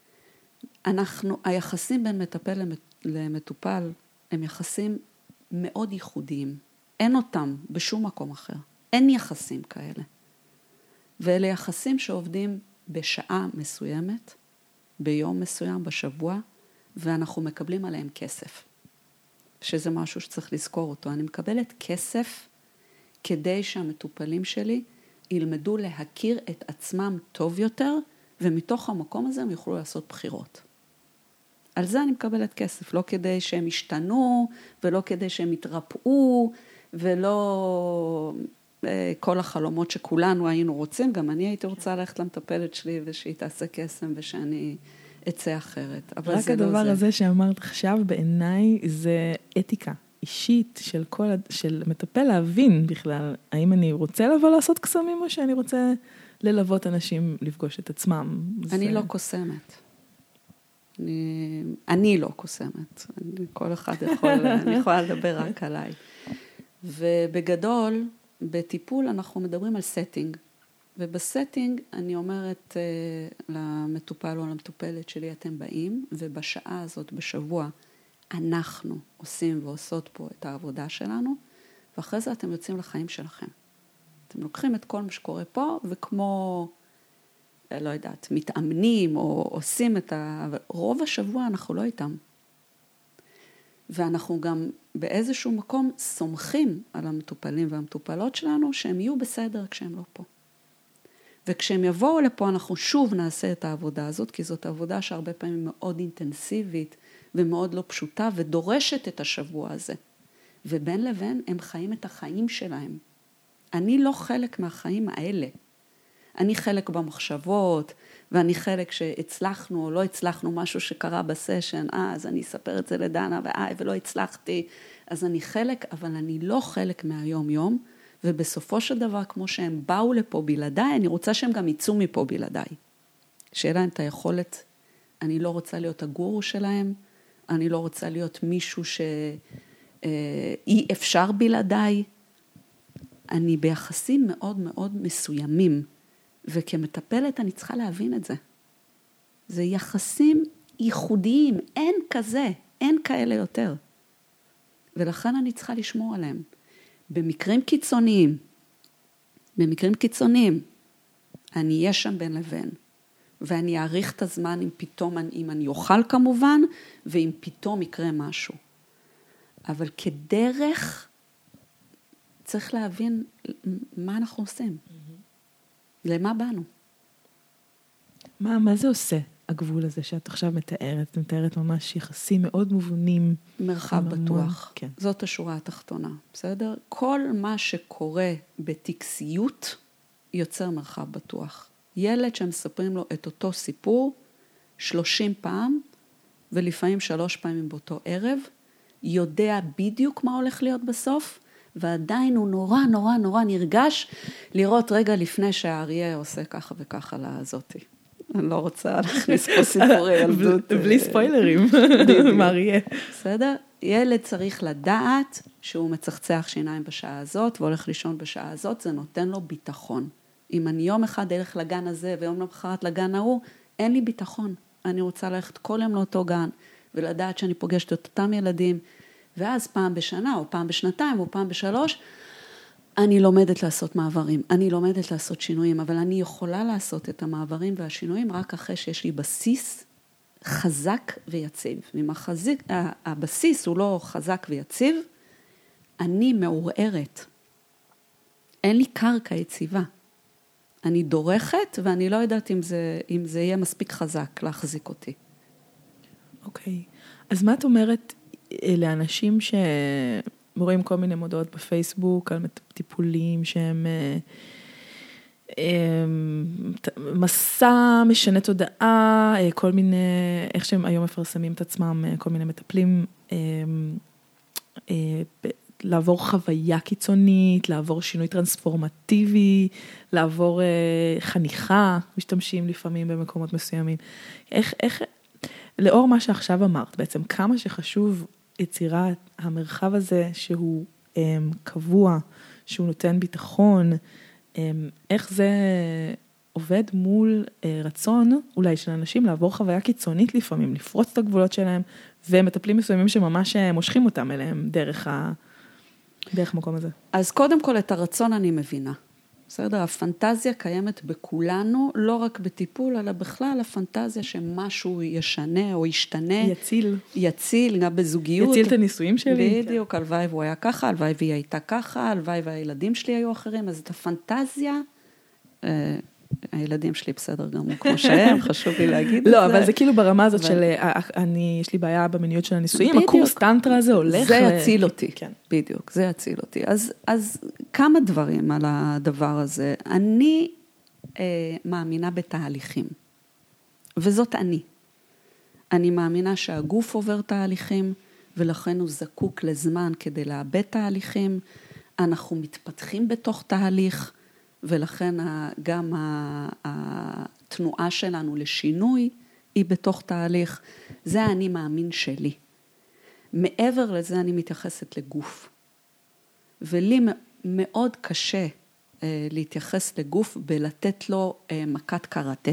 היחסים בין מטפל למטופל הם יחסים מאוד ייחודיים. אין אותם בשום מקום אחר. אין יחסים כאלה. ואלה יחסים שעובדים בשעה מסוימת, ביום מסוים, בשבוע, ואנחנו מקבלים עליהם כסף. שזה משהו שצריך לזכור אותו. אני מקבלת כסף כדי שהמטופלים שלי ילמדו להכיר את עצמם טוב יותר, ומתוך המקום הזה הם יוכלו לעשות בחירות. על זה אני מקבלת כסף, לא כדי שהם ישתנו, ולא כדי שהם יתרפאו, ולא כל החלומות שכולנו היינו רוצים, גם אני הייתי רוצה ללכת למטפלת שלי, ושהיא תעשה קסם, ושאני אצא אחרת. אבל רק הדבר הזה שאמרת עכשיו, בעיניי זה אתיקה אישית של מטפל להבין בכלל, האם אני רוצה לבוא לעשות קסמים, או שאני רוצה ללוות אנשים לפגוש את עצמם. אני לא קוסמת. אני לא קוסמת. כל אחד אני יכולה לדבר רק עליי. ובגדול, בטיפול אנחנו מדברים על סטינג. ובסטינג אני אומרת למטופל או למטופלת שלי, אתם באים, ובשעה הזאת, בשבוע, אנחנו עושים ועושות פה את העבודה שלנו, ואחרי זה אתם יוצאים לחיים שלכם. אתם לוקחים את כל מה שקורה פה, וכמו, לא יודעת, מתאמנים או עושים את רוב השבוע אנחנו לא איתם. ואנחנו גם באיזשהו מקום סומכים על המטופלים והמטופלות שלנו, שהם יהיו בסדר כשהם לא פה. וכשהם יבואו לפה אנחנו שוב נעשה את העבודה הזאת, כי זאת עבודה שהרבה פעמים מאוד אינטנסיבית ומאוד לא פשוטה, ודורשת את השבוע הזה. ובין לבין הם חיים את החיים שלהם. אני לא חלק מהחיים האלה. אני חלק במחשבות, ואני חלק שהצלחנו או לא הצלחנו משהו שקרה בסשן, אז אני אספר את זה לדנה, ולא הצלחתי, אז אני חלק, אבל אני לא חלק מהיום יום, ובסופו של דבר, כמו שהם באו לפה בלעדיי, אני רוצה שהם גם יצאו מפה בלעדיי. שיהיה להם את היכולת, אני לא רוצה להיות הגורו שלהם, אני לא רוצה להיות מישהו שאי אפשר בלעדיי, אני ביחסים מאוד מאוד מסוימים, וכמטפלת אני צריכה להבין את זה. זה יחסים ייחודיים, אין כזה, אין כאלה יותר. ולכן אני צריכה לשמור עליהם. במקרים קיצוניים, אני אהיה שם בין לבין, ואני אעריך את הזמן אם אני אוכל כמובן, ואם פתאום יקרה משהו. אבל כדרך, צריך להבין מה אנחנו עושים. למה באנו? מה זה עושה, הגבול הזה שאת עכשיו מתארת? את מתארת ממש יחסים מאוד מובנים. מרחב בטוח. כן. זאת השורה התחתונה, בסדר? כל מה שקורה בטקסיות, יוצר מרחב בטוח. ילד שמספרים לו את אותו סיפור, 30 פעם, ולפעמים 3 פעמים באותו ערב, יודע בדיוק מה הולך להיות בסוף, ועדיין הוא נורא נורא נורא נרגש לראות רגע לפני שהאריה עושה ככה וככה לזאתי. אני לא רוצה להכניס פה סיפורי ילדות. בלי ספוילרים, מאריה. בסדר? ילד צריך לדעת שהוא מצחצח שיניים בשעה הזאת, והולך לישון בשעה הזאת, זה נותן לו ביטחון. אם אני יום אחד אלך לגן הזה, ויום למחרת לגן ההוא, אין לי ביטחון. אני רוצה ללכת כל יום לאותו גן, ולדעת שאני פוגשת את אותם ילדים, ואז פעם בשנה, או פעם בשנתיים, או פעם בשלוש, אני לומדת לעשות מעברים, אני לומדת לעשות שינויים, אבל אני יכולה לעשות את המעברים והשינויים רק אחרי שיש לי בסיס חזק ויציב. אם הבסיס הוא לא חזק ויציב, אני מעורערת. אין לי קרקע יציבה. אני דורכת, ואני לא יודעת אם זה יהיה מספיק חזק להחזיק אותי. אוקיי. אז מה את אומרת לאנשים שרואים כל מיני מודעות בפייסבוק, על טיפולים שהם מסע, משנה תודעה, כל מיני, איך שהם היום מפרסמים את עצמם, כל מיני מטפלים, לעבור חוויה קיצונית, לעבור שינוי טרנספורמטיבי, לעבור חניכה, משתמשים לפעמים במקומות מסוימים. איך, לאור מה שעכשיו אמרת, בעצם כמה שחשוב יצירת המרחב הזה שהוא קבוע, שהוא נותן ביטחון, איך זה עובד מול רצון אולי של אנשים לעבור חוויה קיצונית לפעמים, לפרוץ את הגבולות שלהם, ומטפלים מסוימים שממש מושכים אותם אליהם דרך מקום הזה. אז קודם כל את הרצון אני מבינה. בסדר? הפנטזיה קיימת בכולנו, לא רק בטיפול, אלא בכלל הפנטזיה שמשהו ישנה או ישתנה. יציל, גם בזוגיות. יציל את הנישואים שלי. בדיוק, הלוואי והוא היה ככה, הלוואי והיא הייתה ככה, הלוואי והילדים שלי היו אחרים, אז את הפנטזיה, הילדים שלי בסדר גם כמו שהם, חשוב לי להגיד את זה. לא, אבל זה כאילו ברמה הזאת של, יש לי בעיה במיניות של הנישואים, הקורס טנטרה הזה הולך. זה יציל אותי, בדיוק, זה יציל אותי. אז כמה דברים על הדבר הזה. אני מאמינה בתהליכים, וזאת אני. אני מאמינה שהגוף עובר תהליכים, ולכן הוא זקוק לזמן כדי לאבד תהליכים. אנחנו מתפתחים בתוך תהליך, ולכן גם התנועה שלנו לשינוי היא בתוך תהליך. זה אני מאמין שלי. מעבר לזה אני מתייחסת לגוף. ולי מאוד קשה להתייחס לגוף בלתת לו מכת קראטה.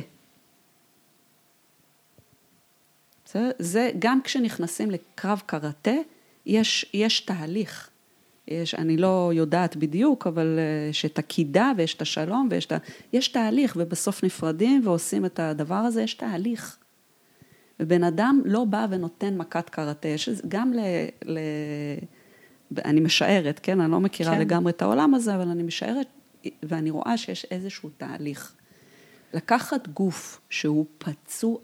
זה גם כשנכנסים לקרב קראטה, יש תהליך. אני לא יודעת בדיוק, אבל יש את הקידה ויש את השלום יש תהליך, ובסוף נפרדים ועושים את הדבר הזה, יש תהליך. ובן אדם לא בא ונותן מכת קראטה, גם אני משערת, כן, אני לא מכירה לגמרי את העולם הזה, אבל אני משערת, ואני רואה שיש איזשהו תהליך. לקחת גוף שהוא פצוע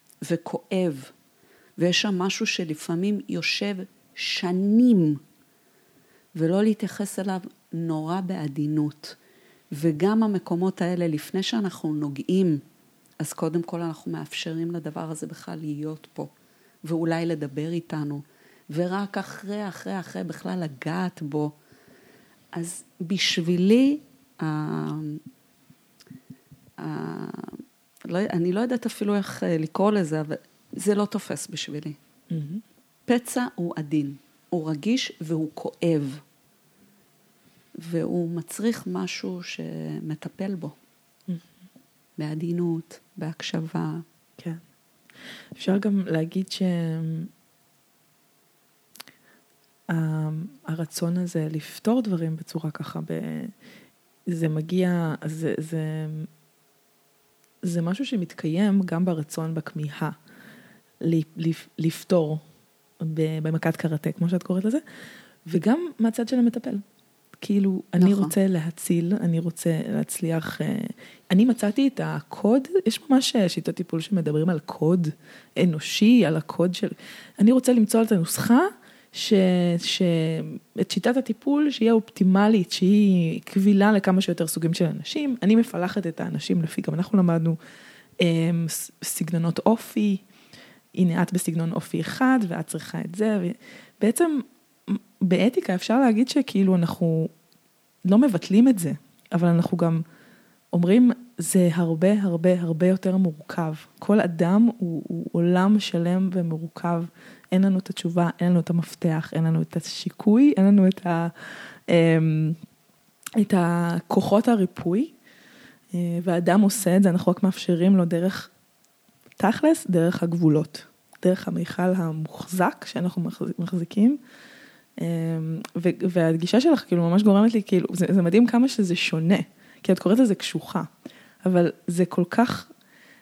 וכואב, ויש שם משהו שלפעמים יושב שנים, ולא להתייחס אליו נורא בעדינות. וגם המקומות האלה, לפני שאנחנו נוגעים, אז קודם כל אנחנו מאפשרים לדבר הזה בכלל להיות פה, ואולי לדבר איתנו, ורק אחרי בכלל לגעת בו. אז בשבילי, אני לא יודעת אפילו איך לקרוא לזה, אבל זה לא תופס בשבילי. פצע הוא עדין, הוא רגיש והוא כואב, והוא מצריך משהו שמטפל בו, בעדינות, בהקשבה. כן. אפשר גם להגיד שהרצון הזה לפתור דברים בצורה ככה, זה מגיע, זה משהו שמתקיים גם ברצון בכמיהה, לפתור במכת קראטה, כמו שאת קוראת לזה, וגם מהצד של המטפל. כאילו, אני רוצה להציל, אני רוצה להצליח, אני מצאתי את הקוד, יש ממש שיטות טיפול שמדברים על קוד אנושי, על הקוד של, אני רוצה למצוא את הנוסחה, את שיטת הטיפול שיהיה אופטימלית, שהיא קבילה לכמה שיותר סוגים של אנשים, אני מפלחת את האנשים לפי, גם אנחנו למדנו סגנונות אופי, הנה את בסגנון אופי אחד, ואת צריכה את זה, ובעצם באתיקה אפשר להגיד שכאילו אנחנו לא מבטלים את זה, אבל אנחנו גם אומרים, זה הרבה יותר מורכב. כל אדם הוא עולם שלם ומורכב, אין לנו את התשובה, אין לנו את המפתח, אין לנו את השיקוי, אין לנו את הכוחות הריפוי, והאדם עושה את זה, אנחנו רק מאפשרים לו דרך תכלס, דרך הגבולות, דרך המיכל המוחזק שאנחנו מחזיקים, והגישה שלך כאילו ממש גורמת לי, כאילו, זה מדהים כמה שזה שונה, כי את קוראת לזה קשוחה, אבל זה כל כך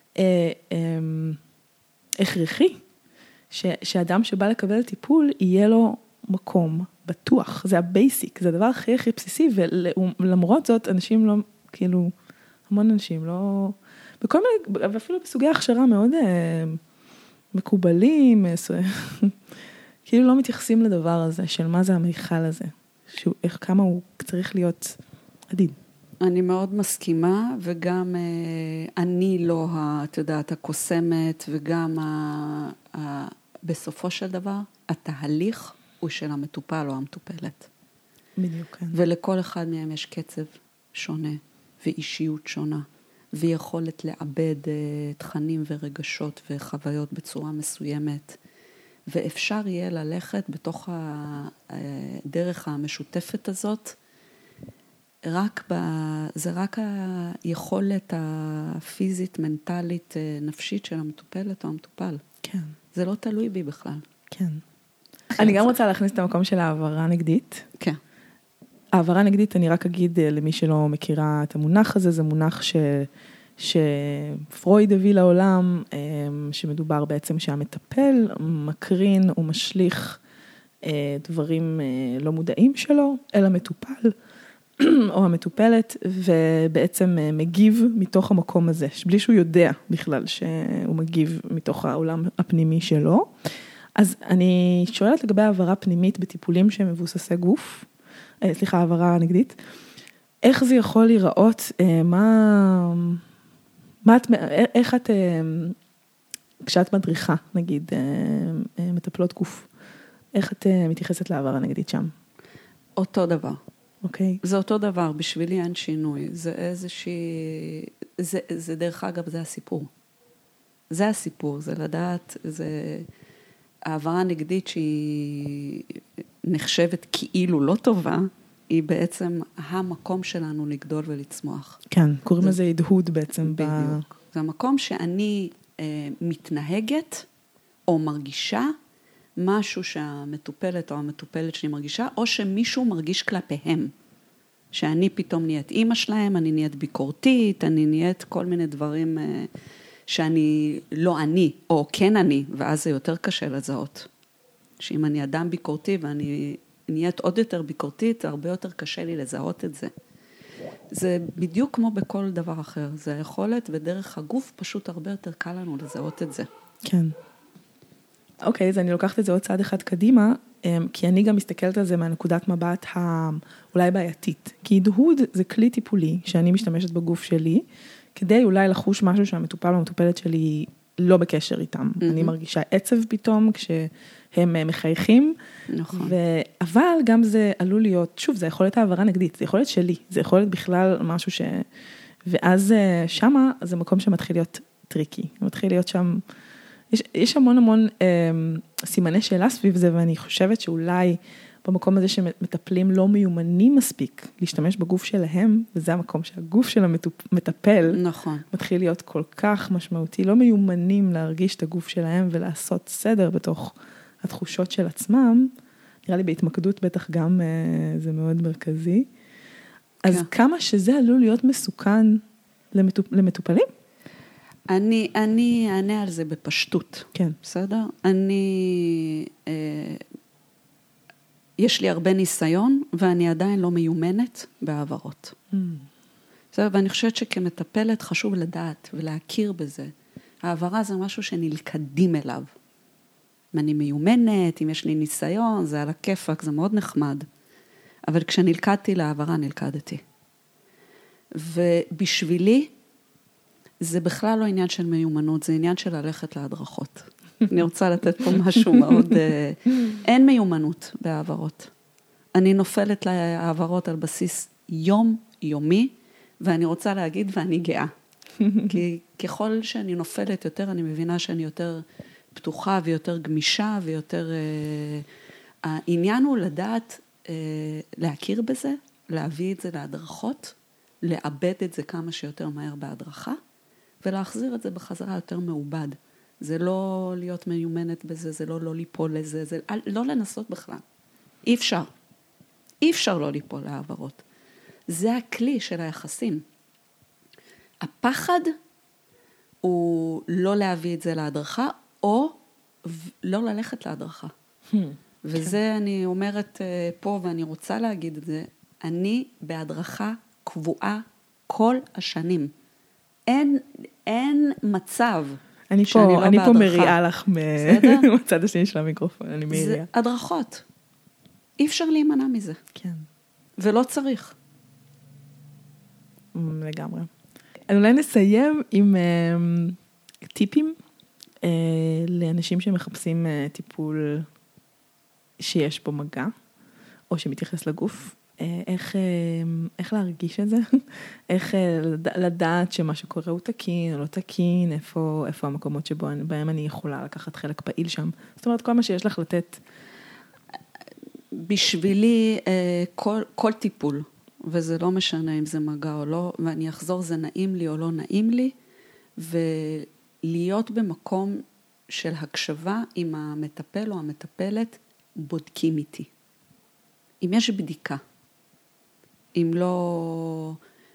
הכרחי, שאדם שבא לקבל טיפול, יהיה לו מקום בטוח, זה הבייסיק, זה הדבר הכי בסיסי, ולמרות זאת, אנשים לא, כאילו, המון אנשים לא, בכל מיני, ואפילו בסוגי הכשרה מאוד מקובלים, כאילו לא מתייחסים לדבר הזה, של מה זה המיכל הזה, איך כמה הוא צריך להיות עדין. אני מאוד מסכימה, וגם אני לא, את יודעת, הקוסמת, וגם בסופו של דבר, התהליך הוא של המטופל או המטופלת. בדיוק, כן. ולכל אחד מהם יש קצב שונה, ואישיות שונה, ויכולת לעבד תכנים ורגשות וחוויות בצורה מסוימת, ואפשר יהיה ללכת בתוך הדרך המשותפת הזאת, זה רק היכולת הפיזית, מנטלית, נפשית של המטופלת או המטופל. כן. זה לא תלוי בי בכלל. כן. אני גם רוצה להכניס את המקום של העברה נגדית. כן. העברה נגדית, אני רק אגיד למי שלא מכירה את המונח הזה, זה מונח שפרויד הביא לעולם, שמדובר בעצם שהמטפל מקרין ומשליך דברים לא מודעים שלו, אל המטופל, או המטופלת, ובעצם מגיב מתוך המקום הזה, בלי שהוא יודע בכלל שהוא מגיב מתוך העולם הפנימי שלו. אז אני שואלת לגבי העברה פנימית בטיפולים שהם מבוססי גוף, העברה נגדית, איך זה יכול להיראות, איך את, כשאת מדריכה, נגיד, מטפלות גוף, איך את מתייחסת לעברה נגדית שם? אותו דבר. אוקיי. זה אותו דבר, בשבילי אין שינוי, זה איזושהי, זה דרך אגב, זה הסיפור. זה הסיפור, זה לדעת, זה העברה נגדית שהיא נחשבת כאילו לא טובה, היא בעצם המקום שלנו לגדול ולצמוח. כן, קוראים לזה הדהוד בעצם. בדיוק. זה המקום שאני מתנהגת או מרגישה משהו שהמטופלת או המטופלת שלי מרגישה, או שמישהו מרגיש כלפיהם. שאני פתאום נהיית אימא שלהם, אני נהיית ביקורתית, אני נהיית כל מיני דברים שאני לא אני, או כן אני, ואז זה יותר קשה לזהות. שאם אני אדם ביקורתי ואני נהיית עוד יותר ביקורתית, הרבה יותר קשה לי לזהות את זה. זה בדיוק כמו בכל דבר אחר. זה היכולת, ודרך הגוף פשוט הרבה יותר קל לנו לזהות את זה. כן. אוקיי, אז אני לוקחת את זה עוד צעד אחד קדימה. כי אני גם מסתכלת על זה מהנקודת מבט אולי בעייתית. כי הדהוד זה כלי טיפולי שאני משתמשת בגוף שלי, כדי אולי לחוש משהו שהמטופל או המטופלת שלי לא בקשר איתם. אני מרגישה עצב פתאום כשהם מחייכים. נכון. אבל גם זה עלול להיות, שוב, זה יכול להיות העברה נגדית, זה יכול להיות שלי, זה יכול להיות בכלל משהו ואז שמה זה מקום שמתחיל להיות טריקי. מתחיל להיות שם, יש המון סימני שאלה סביב זה, ואני חושבת שאולי במקום הזה שמטפלים לא מיומנים מספיק להשתמש בגוף שלהם, וזה המקום שהגוף של המטפל נכון. מתחיל להיות כל כך משמעותי, לא מיומנים להרגיש את הגוף שלהם ולעשות סדר בתוך התחושות של עצמם, נראה לי בהתמקדות בטח גם זה מאוד מרכזי. אז כמה שזה עלול להיות מסוכן למטופלים? אני אענה על זה בפשטות. כן. בסדר? יש לי הרבה ניסיון, ואני עדיין לא מיומנת בעברות. בסדר? ואני חושבת שכמטפלת חשוב לדעת ולהכיר בזה. העברה זה משהו שנלכדים אליו. אם אני מיומנת, אם יש לי ניסיון, זה על הכיפק, זה מאוד נחמד. אבל כשנלכדתי לעברה, נלכדתי. ובשבילי, זה בכלל לא עניין של מיומנות, זה עניין של ללכת להדרכות. אני רוצה לתת פה משהו מאוד, אין מיומנות בעברות. אני נופלת לעברות על בסיס יומי, ואני רוצה להגיד, ואני גאה. כי ככל שאני נופלת יותר, אני מבינה שאני יותר פתוחה ויותר גמישה, ויותר, העניין הוא לדעת, להכיר בזה, להביא את זה להדרכות, לאבד את זה כמה שיותר מהר בהדרכה, ולהחזיר את זה בחזרה יותר מעובד. זה לא להיות מיומנת בזה, זה לא ליפול לזה, זה לא לנסות בכלל. אי אפשר. אי אפשר לא ליפול לעברות. זה הכלי של היחסים. הפחד הוא לא להביא את זה להדרכה, או לא ללכת להדרכה. וזה אני אומרת פה, ואני רוצה להגיד את זה, אני בהדרכה קבועה כל השנים. אין מצב אני פה מריעה לך מהצד השני של המיקרופון, אני מריעה. זה הדרכות. אי אפשר להימנע מזה. כן. ולא צריך. לגמרי. אולי נסיים עם טיפים לאנשים שמחפשים טיפול שיש בו מגע, או שמתייחס לגוף. איך להרגיש את זה? איך לדעת שמה שקורה הוא תקין או לא תקין, איפה המקומות שבהם אני יכולה לקחת חלק פעיל שם. זאת אומרת, כל מה שיש לך לתת. בשבילי, כל טיפול, וזה לא משנה אם זה מגע או לא, ואני אחזור, זה נעים לי או לא נעים לי, ולהיות במקום של הקשבה עם המטפל או המטפלת, בודקים איתי. אם יש בדיקה, אם לא,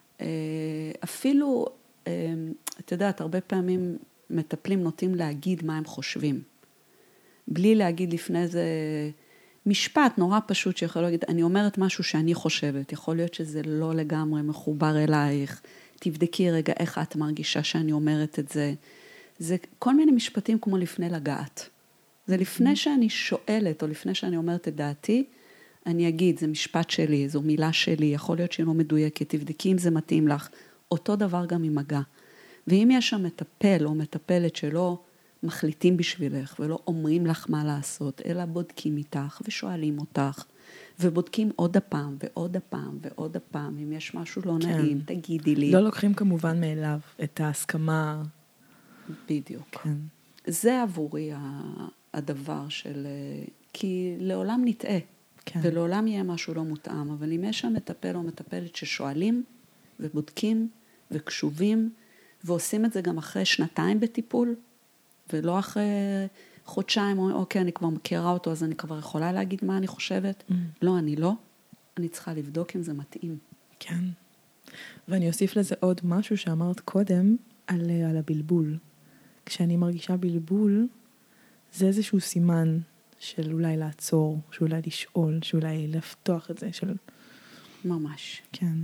אפילו, את יודעת, הרבה פעמים מטפלים נוטים להגיד מה הם חושבים. בלי להגיד לפני זה משפט נורא פשוט שיכול להגיד, אני אומרת משהו שאני חושבת, יכול להיות שזה לא לגמרי מחובר אלייך, תבדקי רגע איך את מרגישה שאני אומרת את זה. זה כל מיני משפטים כמו לפני לגעת. זה לפני שאני שואלת או לפני שאני אומרת את דעתי, אני אגיד, זה משפט שלי, זו מילה שלי, יכול להיות שהיא לא מדויקת, תבדקי אם זה מתאים לך. אותו דבר גם עם מגע. ואם יש שם מטפל או מטפלת שלא מחליטים בשבילך, ולא אומרים לך מה לעשות, אלא בודקים איתך ושואלים אותך, ובודקים עוד הפעם ועוד הפעם ועוד הפעם, אם יש משהו לא נעים, תגידי לי. לא לוקחים כמובן מאליו את ההסכמה. בדיוק. כן. זה עבורי הדבר של, כי לעולם נטעה. כן. ולעולם יהיה משהו לא מותאם, אבל אם יש שם מטפל או מטפלת ששואלים ובודקים וקשובים, ועושים את זה גם אחרי 2 בטיפול, ולא אחרי חודשיים, או אוקיי, אני כבר מכירה אותו, אז אני כבר יכולה להגיד מה אני חושבת. לא, אני לא. אני צריכה לבדוק אם זה מתאים. כן. ואני אוסיף לזה עוד משהו שאמרת קודם, על הבלבול. כשאני מרגישה בלבול, זה איזשהו סימן של אולי לעצור, שאולי לשאול, שאולי לפתוח את זה, של... ממש. כן.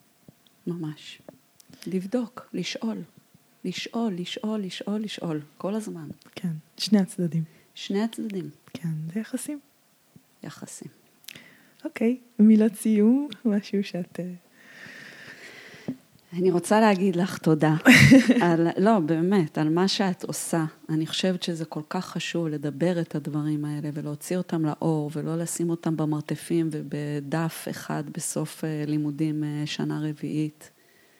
ממש. לבדוק, לשאול. לשאול, לשאול, לשאול, לשאול. כל הזמן. כן. שני הצדדים. שני הצדדים. כן, זה יחסים. יחסים. אוקיי, מילות סיום, משהו שאת... אני רוצה להגיד לך תודה. לא, באמת, על מה שאת עושה. אני חושבת שזה כל כך חשוב לדבר את הדברים האלה, ולהוציא אותם לאור, ולא לשים אותם במרתפים ובדף אחד בסוף לימודים שנה רביעית.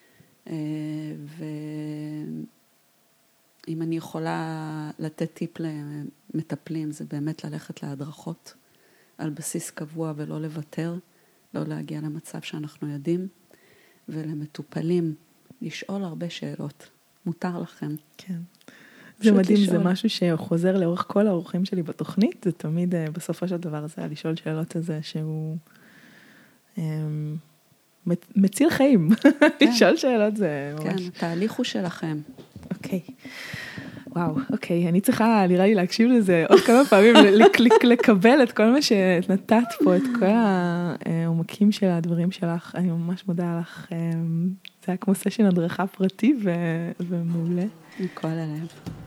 ואם אני יכולה לתת טיפ למטפלים, זה באמת ללכת להדרכות על בסיס קבוע ולא לוותר, לא להגיע למצב שאנחנו יודעים. ולמטופלים, לשאול הרבה שאלות. מותר לכם. כן. זה מדהים, זה משהו שחוזר לאורך כל האורחים שלי בתוכנית, זה תמיד בסופו של דבר זה, לשאול שאלות הזה שהוא מציל חיים. לשאול שאלות זה ממש... כן, התהליך הוא שלכם. אוקיי. וואו, אוקיי, אני צריכה, נראה לי להקשיב לזה עוד כמה פעמים, לקבל את כל מה שנתת פה, את כל העומקים של הדברים שלך, אני ממש מודה לך, זה היה כמו סשן הדרכה פרטי ומעולה. מכל הלב.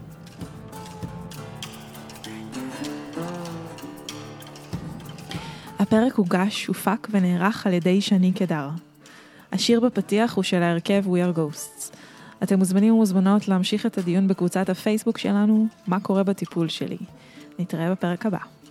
הפרק הוגש, הופק ונערך על ידי שני קדר. השיר בפתיח הוא של ההרכב We Are Ghosts. אתם מוזמנים ומוזמנות להמשיך את הדיון בקבוצת הפייסבוק שלנו, מה קורה בטיפול שלי. נתראה בפרק הבא.